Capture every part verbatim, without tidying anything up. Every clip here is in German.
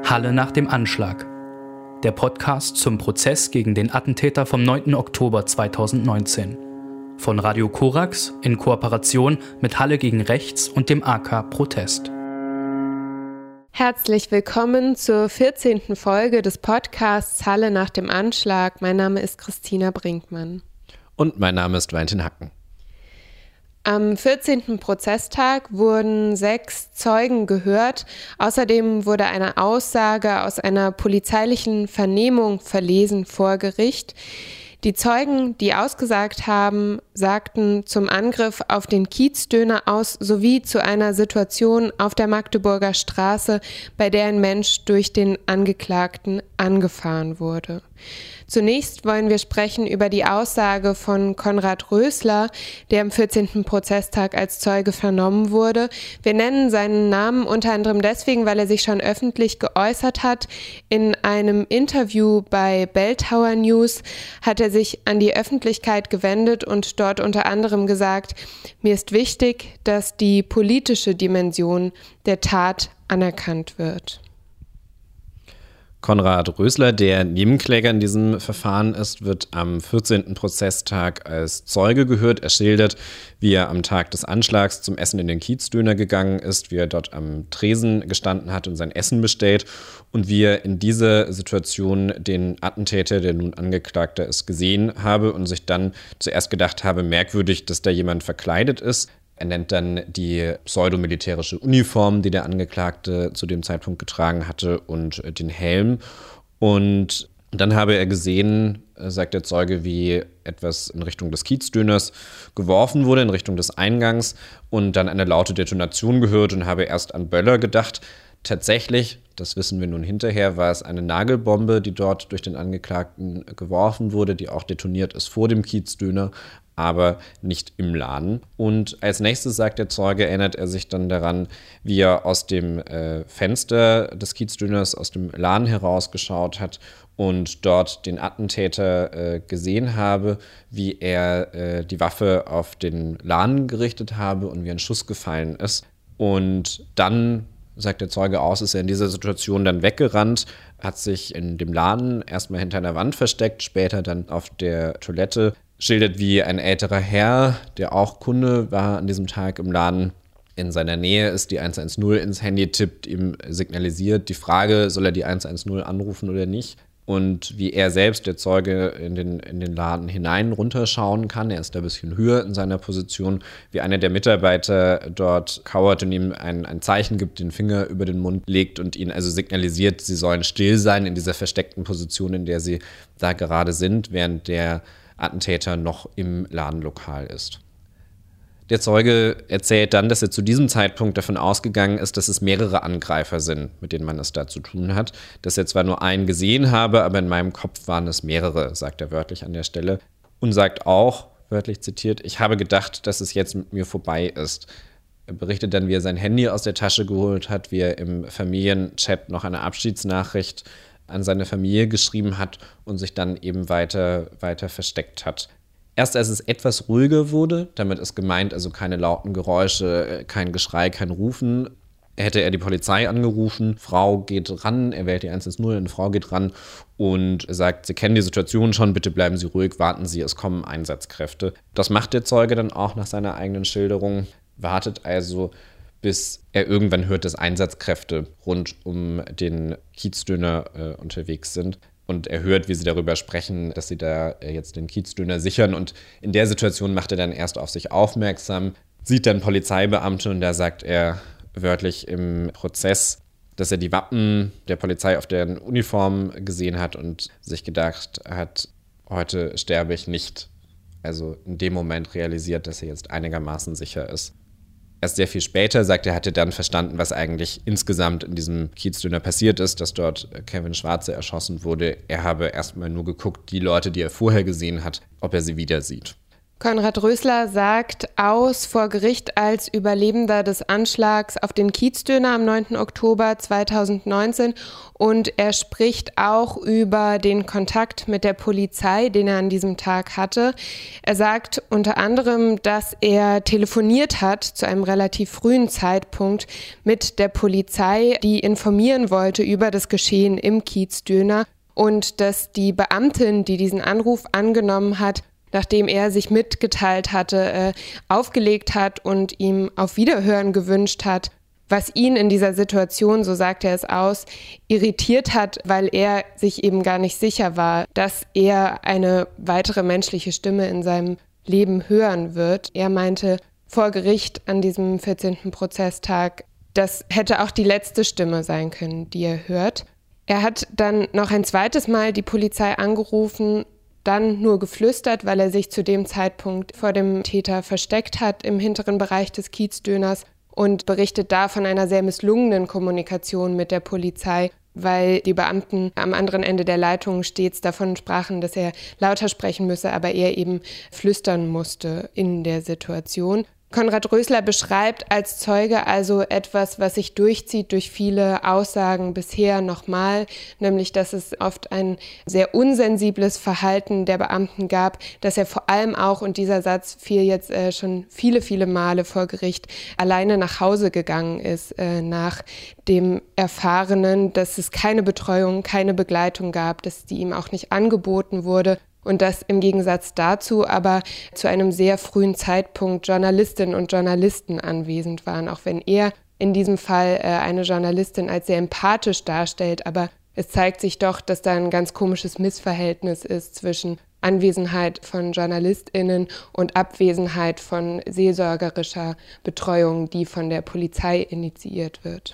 Halle nach dem Anschlag. Der Podcast zum Prozess gegen den Attentäter vom neunten Oktober zweitausendneunzehn. Von Radio Korax in Kooperation mit Halle gegen Rechts und dem A K Protest. Herzlich willkommen zur vierzehnten Folge des Podcasts Halle nach dem Anschlag. Mein Name ist Christina Brinkmann. Und mein Name ist Valentin Hacken. Am vierzehnten Prozesstag wurden sechs Zeugen gehört. Außerdem wurde eine Aussage aus einer polizeilichen Vernehmung verlesen vor Gericht. Die Zeugen, die ausgesagt haben, sagten zum Angriff auf den Kiezdöner aus sowie zu einer Situation auf der Magdeburger Straße, bei der ein Mensch durch den Angeklagten angefahren wurde. Zunächst wollen wir sprechen über die Aussage von Konrad Rösler, der am vierzehnten Prozesstag als Zeuge vernommen wurde. Wir nennen seinen Namen unter anderem deswegen, weil er sich schon öffentlich geäußert hat. In einem Interview bei Belltower News hat er sich an die Öffentlichkeit gewendet und dort unter anderem gesagt: Mir ist wichtig, dass die politische Dimension der Tat anerkannt wird. Konrad Rösler, der Nebenkläger in diesem Verfahren ist, wird am vierzehnten Prozesstag als Zeuge gehört. Er schildert, wie er am Tag des Anschlags zum Essen in den Kiezdöner gegangen ist, wie er dort am Tresen gestanden hat und sein Essen bestellt und wie er in dieser Situation den Attentäter, der nun Angeklagter ist, gesehen habe und sich dann zuerst gedacht habe, merkwürdig, dass da jemand verkleidet ist. Er nennt dann die pseudomilitärische Uniform, die der Angeklagte zu dem Zeitpunkt getragen hatte, und den Helm. Und dann habe er gesehen, sagt der Zeuge, wie etwas in Richtung des Kiezdöners geworfen wurde, in Richtung des Eingangs, und dann eine laute Detonation gehört und habe erst an Böller gedacht. Tatsächlich, das wissen wir nun hinterher, war es eine Nagelbombe, die dort durch den Angeklagten geworfen wurde, die auch detoniert ist vor dem Kiezdöner, aber nicht im Laden. Und als nächstes, sagt der Zeuge, erinnert er sich dann daran, wie er aus dem äh, Fenster des Kiezdöners aus dem Laden herausgeschaut hat und dort den Attentäter äh, gesehen habe, wie er äh, die Waffe auf den Laden gerichtet habe und wie ein Schuss gefallen ist. Und dann, sagt der Zeuge aus, ist er in dieser Situation dann weggerannt, hat sich in dem Laden erstmal hinter einer Wand versteckt, später dann auf der Toilette, schildert, wie ein älterer Herr, der auch Kunde war an diesem Tag im Laden, in seiner Nähe ist, die eins eins null ins Handy tippt, ihm signalisiert die Frage, soll er die eins eins null anrufen oder nicht. Und wie er selbst, der Zeuge, in den, in den Laden hinein runterschauen kann. Er ist da ein bisschen höher in seiner Position, wie einer der Mitarbeiter dort kauert und ihm ein, ein Zeichen gibt, den Finger über den Mund legt und ihn also signalisiert, sie sollen still sein in dieser versteckten Position, in der sie da gerade sind, während der Attentäter noch im Ladenlokal ist. Der Zeuge erzählt dann, dass er zu diesem Zeitpunkt davon ausgegangen ist, dass es mehrere Angreifer sind, mit denen man es da zu tun hat. Dass er zwar nur einen gesehen habe, aber in meinem Kopf waren es mehrere, sagt er wörtlich an der Stelle. Und sagt auch, wörtlich zitiert, ich habe gedacht, dass es jetzt mit mir vorbei ist. Er berichtet dann, wie er sein Handy aus der Tasche geholt hat, wie er im Familienchat noch eine Abschiedsnachricht an seine Familie geschrieben hat und sich dann eben weiter, weiter versteckt hat. Erst als es etwas ruhiger wurde, damit ist gemeint, also keine lauten Geräusche, kein Geschrei, kein Rufen, hätte er die Polizei angerufen, Frau geht ran, er wählt die eins eins null, eine Frau geht ran und sagt, Sie kennen die Situation schon, bitte bleiben Sie ruhig, warten Sie, es kommen Einsatzkräfte. Das macht der Zeuge dann auch nach seiner eigenen Schilderung, wartet also, bis er irgendwann hört, dass Einsatzkräfte rund um den Kiezdöner äh, unterwegs sind. Und er hört, wie sie darüber sprechen, dass sie da äh, jetzt den Kiezdöner sichern. Und in der Situation macht er dann erst auf sich aufmerksam, sieht dann Polizeibeamte und da sagt er wörtlich im Prozess, dass er die Wappen der Polizei auf deren Uniform gesehen hat und sich gedacht hat, heute sterbe ich nicht. Also in dem Moment realisiert, dass er jetzt einigermaßen sicher ist. Erst sehr viel später, sagt er, hatte dann verstanden, was eigentlich insgesamt in diesem Kiezdöner passiert ist, dass dort Kevin Schwarze erschossen wurde. Er habe erstmal nur geguckt, die Leute, die er vorher gesehen hat, ob er sie wieder sieht. Konrad Rösler sagt aus vor Gericht als Überlebender des Anschlags auf den Kiezdöner am neunten Oktober zweitausendneunzehn und er spricht auch über den Kontakt mit der Polizei, den er an diesem Tag hatte. Er sagt unter anderem, dass er telefoniert hat zu einem relativ frühen Zeitpunkt mit der Polizei, die informieren wollte über das Geschehen im Kiezdöner und dass die Beamtin, die diesen Anruf angenommen hat, nachdem er sich mitgeteilt hatte, äh, aufgelegt hat und ihm auf Wiederhören gewünscht hat, was ihn in dieser Situation, so sagt er es aus, irritiert hat, weil er sich eben gar nicht sicher war, dass er eine weitere menschliche Stimme in seinem Leben hören wird. Er meinte vor Gericht an diesem vierzehnten Prozesstag, das hätte auch die letzte Stimme sein können, die er hört. Er hat dann noch ein zweites Mal die Polizei angerufen, dann nur geflüstert, weil er sich zu dem Zeitpunkt vor dem Täter versteckt hat im hinteren Bereich des Kiezdöners und berichtet da von einer sehr misslungenen Kommunikation mit der Polizei, weil die Beamten am anderen Ende der Leitung stets davon sprachen, dass er lauter sprechen müsse, aber er eben flüstern musste in der Situation. Konrad Rösler beschreibt als Zeuge also etwas, was sich durchzieht durch viele Aussagen bisher nochmal, nämlich dass es oft ein sehr unsensibles Verhalten der Beamten gab, dass er vor allem auch, und dieser Satz fiel jetzt äh, schon viele, viele Male vor Gericht, alleine nach Hause gegangen ist, äh, nach dem Erfahrenen, dass es keine Betreuung, keine Begleitung gab, dass die ihm auch nicht angeboten wurde. Und dass im Gegensatz dazu aber zu einem sehr frühen Zeitpunkt Journalistinnen und Journalisten anwesend waren, auch wenn er in diesem Fall äh, eine Journalistin als sehr empathisch darstellt. Aber es zeigt sich doch, dass da ein ganz komisches Missverhältnis ist zwischen Anwesenheit von JournalistInnen und Abwesenheit von seelsorgerischer Betreuung, die von der Polizei initiiert wird.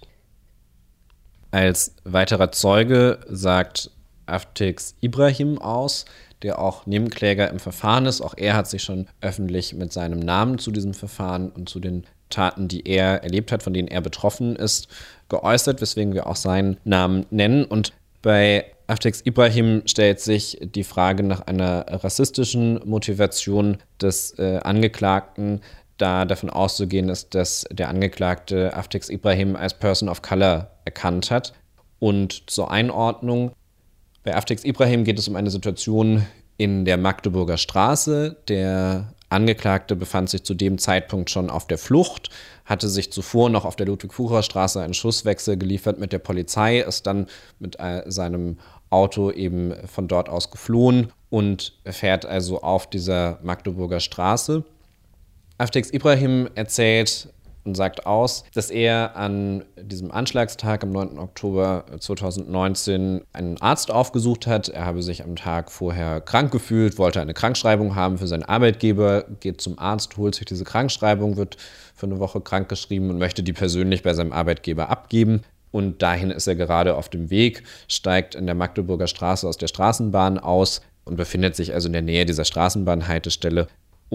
Als weiterer Zeuge sagt Aftix Ibrahim aus, der auch Nebenkläger im Verfahren ist. Auch er hat sich schon öffentlich mit seinem Namen zu diesem Verfahren und zu den Taten, die er erlebt hat, von denen er betroffen ist, geäußert, weswegen wir auch seinen Namen nennen. Und bei Aftix Ibrahim stellt sich die Frage nach einer rassistischen Motivation des äh, Angeklagten, da davon auszugehen ist, dass der Angeklagte Aftix Ibrahim als Person of Color erkannt hat. Und zur Einordnung: Bei Aftix Ibrahim geht es um eine Situation in der Magdeburger Straße. Der Angeklagte befand sich zu dem Zeitpunkt schon auf der Flucht, hatte sich zuvor noch auf der Ludwig-Fuchrer-Straße einen Schusswechsel geliefert mit der Polizei, ist dann mit äh, seinem Auto eben von dort aus geflohen und fährt also auf dieser Magdeburger Straße. Aftix Ibrahim erzählt und sagt aus, dass er an diesem Anschlagstag am neunten Oktober zweitausendneunzehn einen Arzt aufgesucht hat. Er habe sich am Tag vorher krank gefühlt, wollte eine Krankschreibung haben für seinen Arbeitgeber, geht zum Arzt, holt sich diese Krankschreibung, wird für eine Woche krankgeschrieben und möchte die persönlich bei seinem Arbeitgeber abgeben. Und dahin ist er gerade auf dem Weg, steigt in der Magdeburger Straße aus der Straßenbahn aus und befindet sich also in der Nähe dieser Straßenbahnhaltestelle.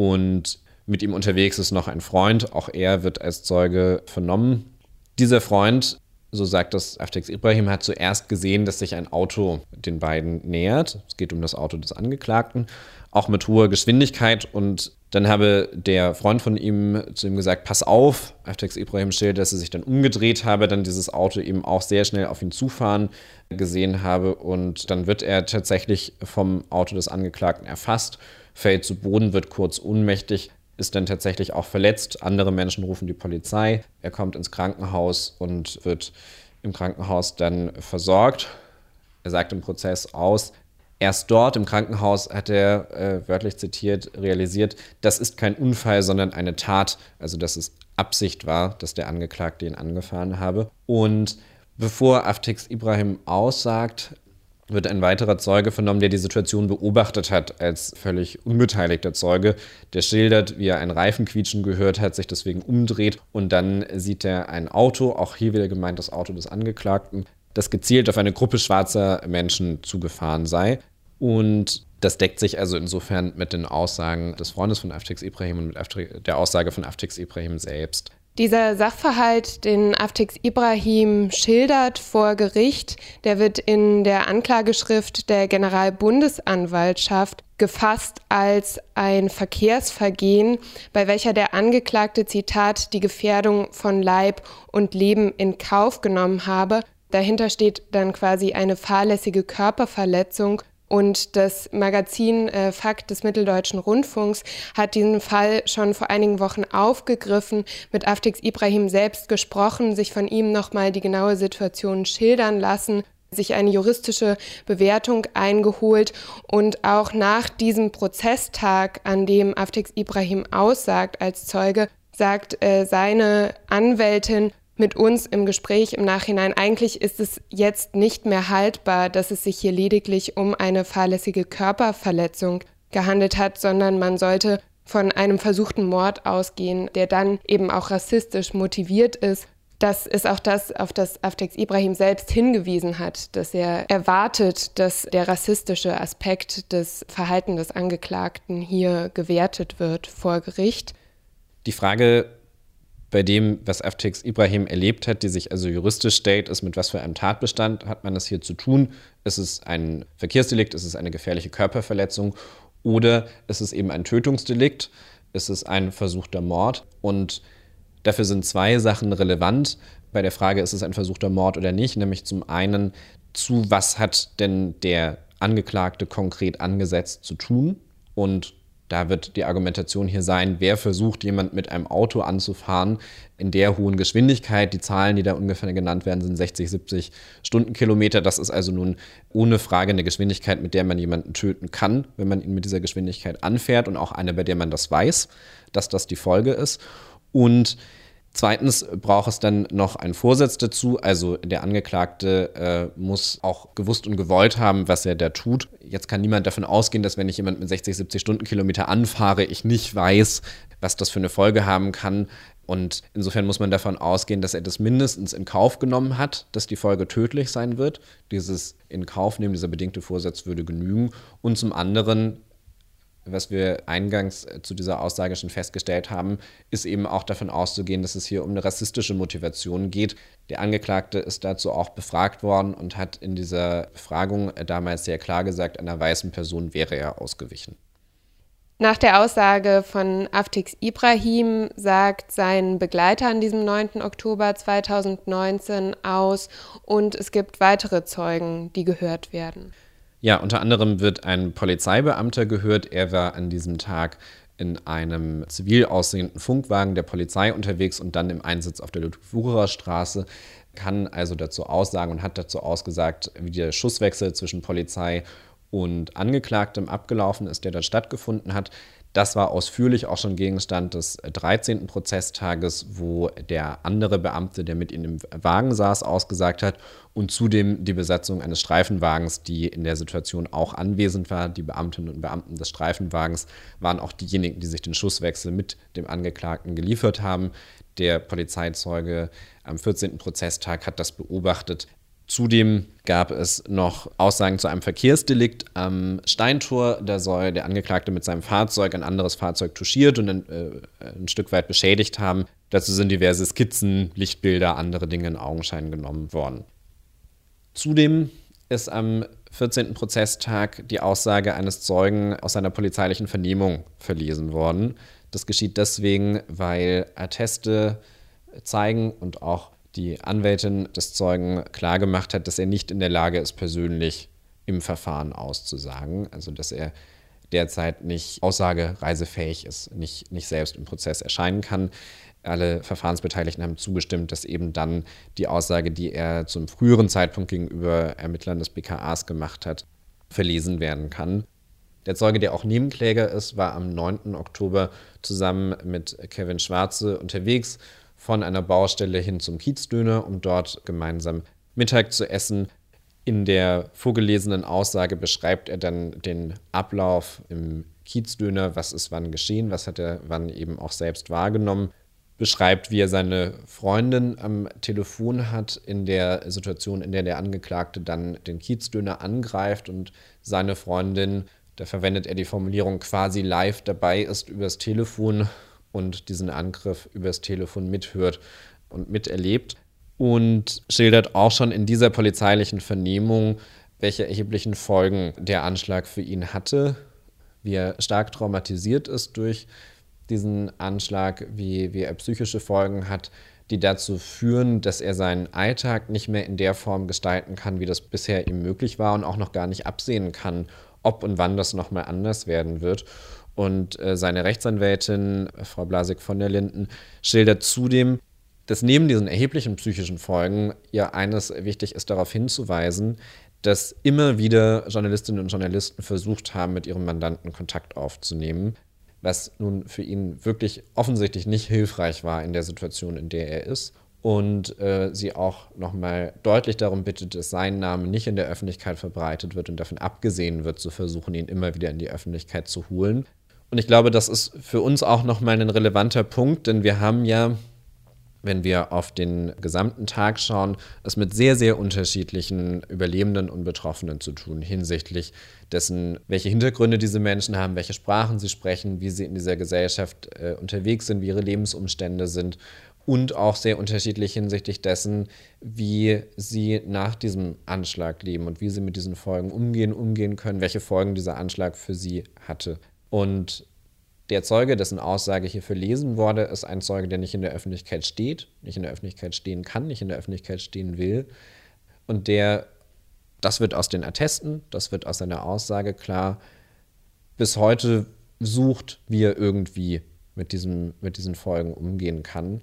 Und mit ihm unterwegs ist noch ein Freund, auch er wird als Zeuge vernommen. Dieser Freund, so sagt das Aftix Ibrahim, hat zuerst gesehen, dass sich ein Auto den beiden nähert. Es geht um das Auto des Angeklagten, auch mit hoher Geschwindigkeit. Und dann habe der Freund von ihm zu ihm gesagt, pass auf. Aftix Ibrahim schildert, dass er sich dann umgedreht habe, dann dieses Auto eben auch sehr schnell auf ihn zufahren gesehen habe. Und dann wird er tatsächlich vom Auto des Angeklagten erfasst, fällt zu Boden, wird kurz ohnmächtig, ist dann tatsächlich auch verletzt. Andere Menschen rufen die Polizei. Er kommt ins Krankenhaus und wird im Krankenhaus dann versorgt. Er sagt im Prozess aus, erst dort im Krankenhaus hat er, äh, wörtlich zitiert, realisiert, das ist kein Unfall, sondern eine Tat. Also dass es Absicht war, dass der Angeklagte ihn angefahren habe. Und bevor Aftix Ibrahim aussagt, wird ein weiterer Zeuge vernommen, der die Situation beobachtet hat als völlig unbeteiligter Zeuge. Der schildert, wie er ein Reifenquietschen gehört hat, sich deswegen umdreht und dann sieht er ein Auto, auch hier wieder gemeint das Auto des Angeklagten, das gezielt auf eine Gruppe schwarzer Menschen zugefahren sei. Und das deckt sich also insofern mit den Aussagen des Freundes von Aftix Ibrahim und mit der Aussage von Aftix Ibrahim selbst. Dieser Sachverhalt, den Aftix Ibrahim schildert vor Gericht, der wird in der Anklageschrift der Generalbundesanwaltschaft gefasst als ein Verkehrsvergehen, bei welcher der Angeklagte, Zitat, die Gefährdung von Leib und Leben in Kauf genommen habe. Dahinter steht dann quasi eine fahrlässige Körperverletzung. Und das Magazin äh, Fakt des Mitteldeutschen Rundfunks hat diesen Fall schon vor einigen Wochen aufgegriffen, mit Aftix Ibrahim selbst gesprochen, sich von ihm nochmal die genaue Situation schildern lassen, sich eine juristische Bewertung eingeholt und auch nach diesem Prozesstag, an dem Aftix Ibrahim aussagt als Zeuge, sagt äh, seine Anwältin mit uns im Gespräch im Nachhinein, eigentlich ist es jetzt nicht mehr haltbar, dass es sich hier lediglich um eine fahrlässige Körperverletzung gehandelt hat, sondern man sollte von einem versuchten Mord ausgehen, der dann eben auch rassistisch motiviert ist. Das ist auch das, auf das Aftix Ibrahim selbst hingewiesen hat, dass er erwartet, dass der rassistische Aspekt des Verhaltens des Angeklagten hier gewertet wird vor Gericht. Die Frage bei dem, was Aftix Ibrahim erlebt hat, die sich also juristisch stellt, ist, mit was für einem Tatbestand hat man es hier zu tun? Ist es ein Verkehrsdelikt? Ist es eine gefährliche Körperverletzung? Oder ist es eben ein Tötungsdelikt? Ist es ein versuchter Mord? Und dafür sind zwei Sachen relevant bei der Frage, ist es ein versuchter Mord oder nicht? Nämlich zum einen, zu was hat denn der Angeklagte konkret angesetzt zu tun? Und da wird die Argumentation hier sein, wer versucht, jemand mit einem Auto anzufahren in der hohen Geschwindigkeit. Die Zahlen, die da ungefähr genannt werden, sind sechzig, siebzig Stundenkilometer. Das ist also nun ohne Frage eine Geschwindigkeit, mit der man jemanden töten kann, wenn man ihn mit dieser Geschwindigkeit anfährt, und auch eine, bei der man das weiß, dass das die Folge ist. Und zweitens braucht es dann noch einen Vorsatz dazu, also der Angeklagte äh, muss auch gewusst und gewollt haben, was er da tut. Jetzt kann niemand davon ausgehen, dass wenn ich jemanden mit sechzig, siebzig Stundenkilometer anfahre, ich nicht weiß, was das für eine Folge haben kann. Und insofern muss man davon ausgehen, dass er das mindestens in Kauf genommen hat, dass die Folge tödlich sein wird. Dieses in Kauf nehmen, dieser bedingte Vorsatz würde genügen. Und zum anderen, was wir eingangs zu dieser Aussage schon festgestellt haben, ist eben auch davon auszugehen, dass es hier um eine rassistische Motivation geht. Der Angeklagte ist dazu auch befragt worden und hat in dieser Befragung damals sehr klar gesagt, einer weißen Person wäre er ausgewichen. Nach der Aussage von Aftix Ibrahim sagt sein Begleiter an diesem neunten Oktober zweitausendneunzehn aus und es gibt weitere Zeugen, die gehört werden. Ja, unter anderem wird ein Polizeibeamter gehört. Er war an diesem Tag in einem zivil aussehenden Funkwagen der Polizei unterwegs und dann im Einsatz auf der Ludwig-Wucherer-Straße, kann also dazu aussagen und hat dazu ausgesagt, wie der Schusswechsel zwischen Polizei und Angeklagtem abgelaufen ist, der dort stattgefunden hat. Das war ausführlich auch schon Gegenstand des dreizehnten Prozesstages, wo der andere Beamte, der mit ihm im Wagen saß, ausgesagt hat und zudem die Besatzung eines Streifenwagens, die in der Situation auch anwesend war. Die Beamtinnen und Beamten des Streifenwagens waren auch diejenigen, die sich den Schusswechsel mit dem Angeklagten geliefert haben. Der Polizeizeuge am vierzehnten Prozesstag hat das beobachtet. Zudem gab es noch Aussagen zu einem Verkehrsdelikt am Steintor. Da soll der Angeklagte mit seinem Fahrzeug ein anderes Fahrzeug touchiert und ein, äh, ein Stück weit beschädigt haben. Dazu sind diverse Skizzen, Lichtbilder, andere Dinge in Augenschein genommen worden. Zudem ist am vierzehnten Prozesstag die Aussage eines Zeugen aus seiner polizeilichen Vernehmung verlesen worden. Das geschieht deswegen, weil Atteste zeigen und auch die Anwältin des Zeugen klargemacht hat, dass er nicht in der Lage ist, persönlich im Verfahren auszusagen. Also dass er derzeit nicht aussagereisefähig ist, nicht, nicht selbst im Prozess erscheinen kann. Alle Verfahrensbeteiligten haben zugestimmt, dass eben dann die Aussage, die er zum früheren Zeitpunkt gegenüber Ermittlern des B K As gemacht hat, verlesen werden kann. Der Zeuge, der auch Nebenkläger ist, war am neunten Oktober zusammen mit Kevin Schwarze unterwegs von einer Baustelle hin zum Kiezdöner, um dort gemeinsam Mittag zu essen. In der vorgelesenen Aussage beschreibt er dann den Ablauf im Kiezdöner, was ist wann geschehen, was hat er wann eben auch selbst wahrgenommen, beschreibt, wie er seine Freundin am Telefon hat in der Situation, in der der Angeklagte dann den Kiezdöner angreift und seine Freundin, da verwendet er die Formulierung, quasi live dabei ist, übers Telefon und diesen Angriff übers Telefon mithört und miterlebt. Und schildert auch schon in dieser polizeilichen Vernehmung, welche erheblichen Folgen der Anschlag für ihn hatte, wie er stark traumatisiert ist durch diesen Anschlag, wie, wie er psychische Folgen hat, die dazu führen, dass er seinen Alltag nicht mehr in der Form gestalten kann, wie das bisher ihm möglich war und auch noch gar nicht absehen kann, ob und wann das nochmal anders werden wird. Und äh, seine Rechtsanwältin, Frau Blasek von der Linden, schildert zudem, dass neben diesen erheblichen psychischen Folgen ihr eines wichtig ist, darauf hinzuweisen, dass immer wieder Journalistinnen und Journalisten versucht haben, mit ihrem Mandanten Kontakt aufzunehmen, was nun für ihn wirklich offensichtlich nicht hilfreich war in der Situation, in der er ist. Und äh, sie auch nochmal deutlich darum bittet, dass sein Name nicht in der Öffentlichkeit verbreitet wird und davon abgesehen wird, zu versuchen, ihn immer wieder in die Öffentlichkeit zu holen. Und ich glaube, das ist für uns auch nochmal ein relevanter Punkt, denn wir haben ja, wenn wir auf den gesamten Tag schauen, es mit sehr, sehr unterschiedlichen Überlebenden und Betroffenen zu tun, hinsichtlich dessen, welche Hintergründe diese Menschen haben, welche Sprachen sie sprechen, wie sie in dieser Gesellschaft äh, unterwegs sind, wie ihre Lebensumstände sind und auch sehr unterschiedlich hinsichtlich dessen, wie sie nach diesem Anschlag leben und wie sie mit diesen Folgen umgehen, umgehen können, welche Folgen dieser Anschlag für sie hatte. Und der Zeuge, dessen Aussage hier verlesen wurde, ist ein Zeuge, der nicht in der Öffentlichkeit steht, nicht in der Öffentlichkeit stehen kann, nicht in der Öffentlichkeit stehen will. Und der, das wird aus den Attesten, das wird aus seiner Aussage klar, bis heute sucht, wie er irgendwie mit, diesem, mit diesen Folgen umgehen kann.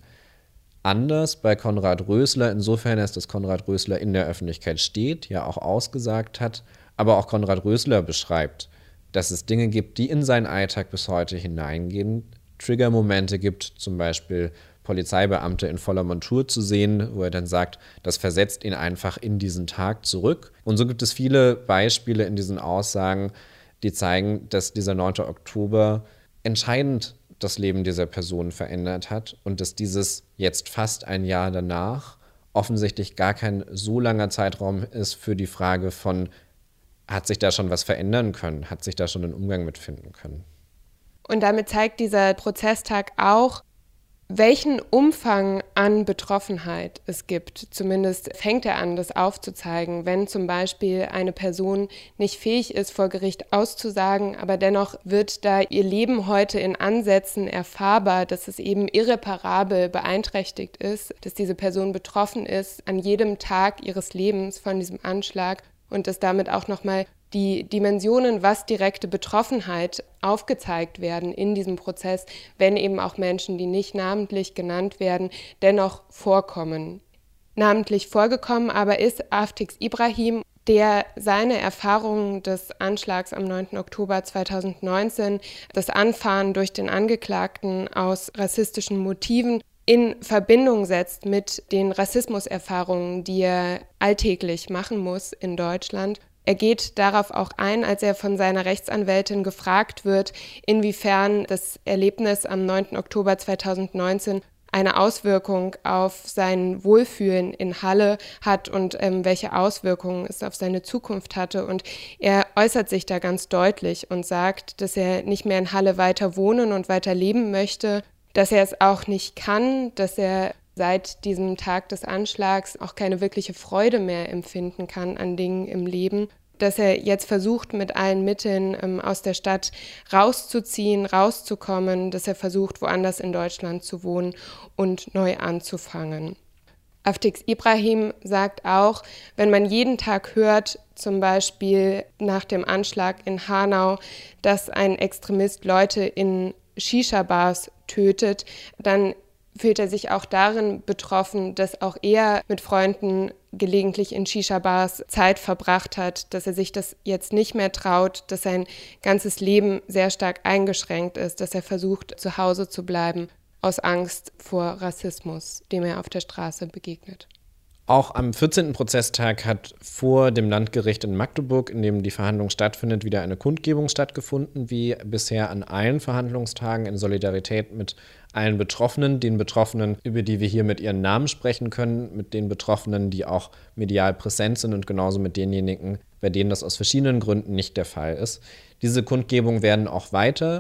Anders bei Konrad Rösler, insofern ist, dass Konrad Rösler in der Öffentlichkeit steht, ja auch ausgesagt hat, aber auch Konrad Rösler beschreibt, dass es Dinge gibt, die in seinen Alltag bis heute hineingehen, Triggermomente gibt, zum Beispiel Polizeibeamte in voller Montur zu sehen, wo er dann sagt, das versetzt ihn einfach in diesen Tag zurück. Und so gibt es viele Beispiele in diesen Aussagen, die zeigen, dass dieser neunte Oktober entscheidend das Leben dieser Person verändert hat und dass dieses jetzt fast ein Jahr danach offensichtlich gar kein so langer Zeitraum ist für die Frage von, hat sich da schon was verändern können? Hat sich da schon einen Umgang mit finden können? Und damit zeigt dieser Prozesstag auch, welchen Umfang an Betroffenheit es gibt. Zumindest fängt er an, das aufzuzeigen, wenn zum Beispiel eine Person nicht fähig ist, vor Gericht auszusagen, aber dennoch wird da ihr Leben heute in Ansätzen erfahrbar, dass es eben irreparabel beeinträchtigt ist, dass diese Person betroffen ist an jedem Tag ihres Lebens von diesem Anschlag. Und dass damit auch nochmal die Dimensionen, was direkte Betroffenheit aufgezeigt werden in diesem Prozess, wenn eben auch Menschen, die nicht namentlich genannt werden, dennoch vorkommen. Namentlich vorgekommen aber ist Aftix Ibrahim, der seine Erfahrungen des Anschlags am neunten Oktober zweitausendneunzehn, das Anfahren durch den Angeklagten aus rassistischen Motiven, in Verbindung setzt mit den Rassismuserfahrungen, die er alltäglich machen muss in Deutschland. Er geht darauf auch ein, als er von seiner Rechtsanwältin gefragt wird, inwiefern das Erlebnis am neunten Oktober zweitausendneunzehn eine Auswirkung auf sein Wohlfühlen in Halle hat und ähm, welche Auswirkungen es auf seine Zukunft hatte. Und er äußert sich da ganz deutlich und sagt, dass er nicht mehr in Halle weiter wohnen und weiter leben möchte, dass er es auch nicht kann, dass er seit diesem Tag des Anschlags auch keine wirkliche Freude mehr empfinden kann an Dingen im Leben, dass er jetzt versucht, mit allen Mitteln ähm, aus der Stadt rauszuziehen, rauszukommen, dass er versucht, woanders in Deutschland zu wohnen und neu anzufangen. Aftix Ibrahim sagt auch, wenn man jeden Tag hört, zum Beispiel nach dem Anschlag in Hanau, dass ein Extremist Leute in Shisha-Bars tötet, dann fühlt er sich auch darin betroffen, dass auch er mit Freunden gelegentlich in Shisha-Bars Zeit verbracht hat, dass er sich das jetzt nicht mehr traut, dass sein ganzes Leben sehr stark eingeschränkt ist, dass er versucht, zu Hause zu bleiben, aus Angst vor Rassismus, dem er auf der Straße begegnet. Auch am vierzehnten Prozesstag hat vor dem Landgericht in Magdeburg, in dem die Verhandlung stattfindet, wieder eine Kundgebung stattgefunden, wie bisher an allen Verhandlungstagen in Solidarität mit allen Betroffenen, den Betroffenen, über die wir hier mit ihren Namen sprechen können, mit den Betroffenen, die auch medial präsent sind und genauso mit denjenigen, bei denen das aus verschiedenen Gründen nicht der Fall ist. Diese Kundgebungen werden auch weiter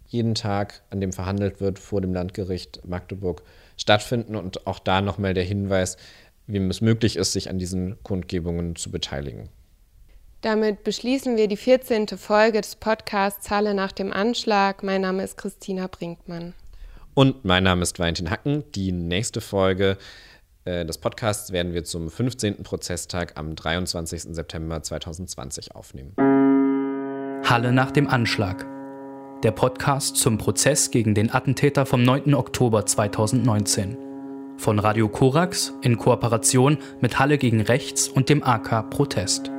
jeden Tag, an dem verhandelt wird, vor dem Landgericht Magdeburg stattfinden. Und auch da nochmal der Hinweis, wem es möglich ist, sich an diesen Kundgebungen zu beteiligen. Damit beschließen wir die vierzehnte Folge des Podcasts Halle nach dem Anschlag. Mein Name ist Christina Brinkmann. Und mein Name ist Valentin Hacken. Die nächste Folge äh, des Podcasts werden wir zum fünfzehnten Prozesstag am dreiundzwanzigsten September zweitausendzwanzig aufnehmen. Halle nach dem Anschlag. Der Podcast zum Prozess gegen den Attentäter vom neunten Oktober zweitausendneunzehn. Von Radio Korax in Kooperation mit Halle gegen Rechts und dem A K Protest.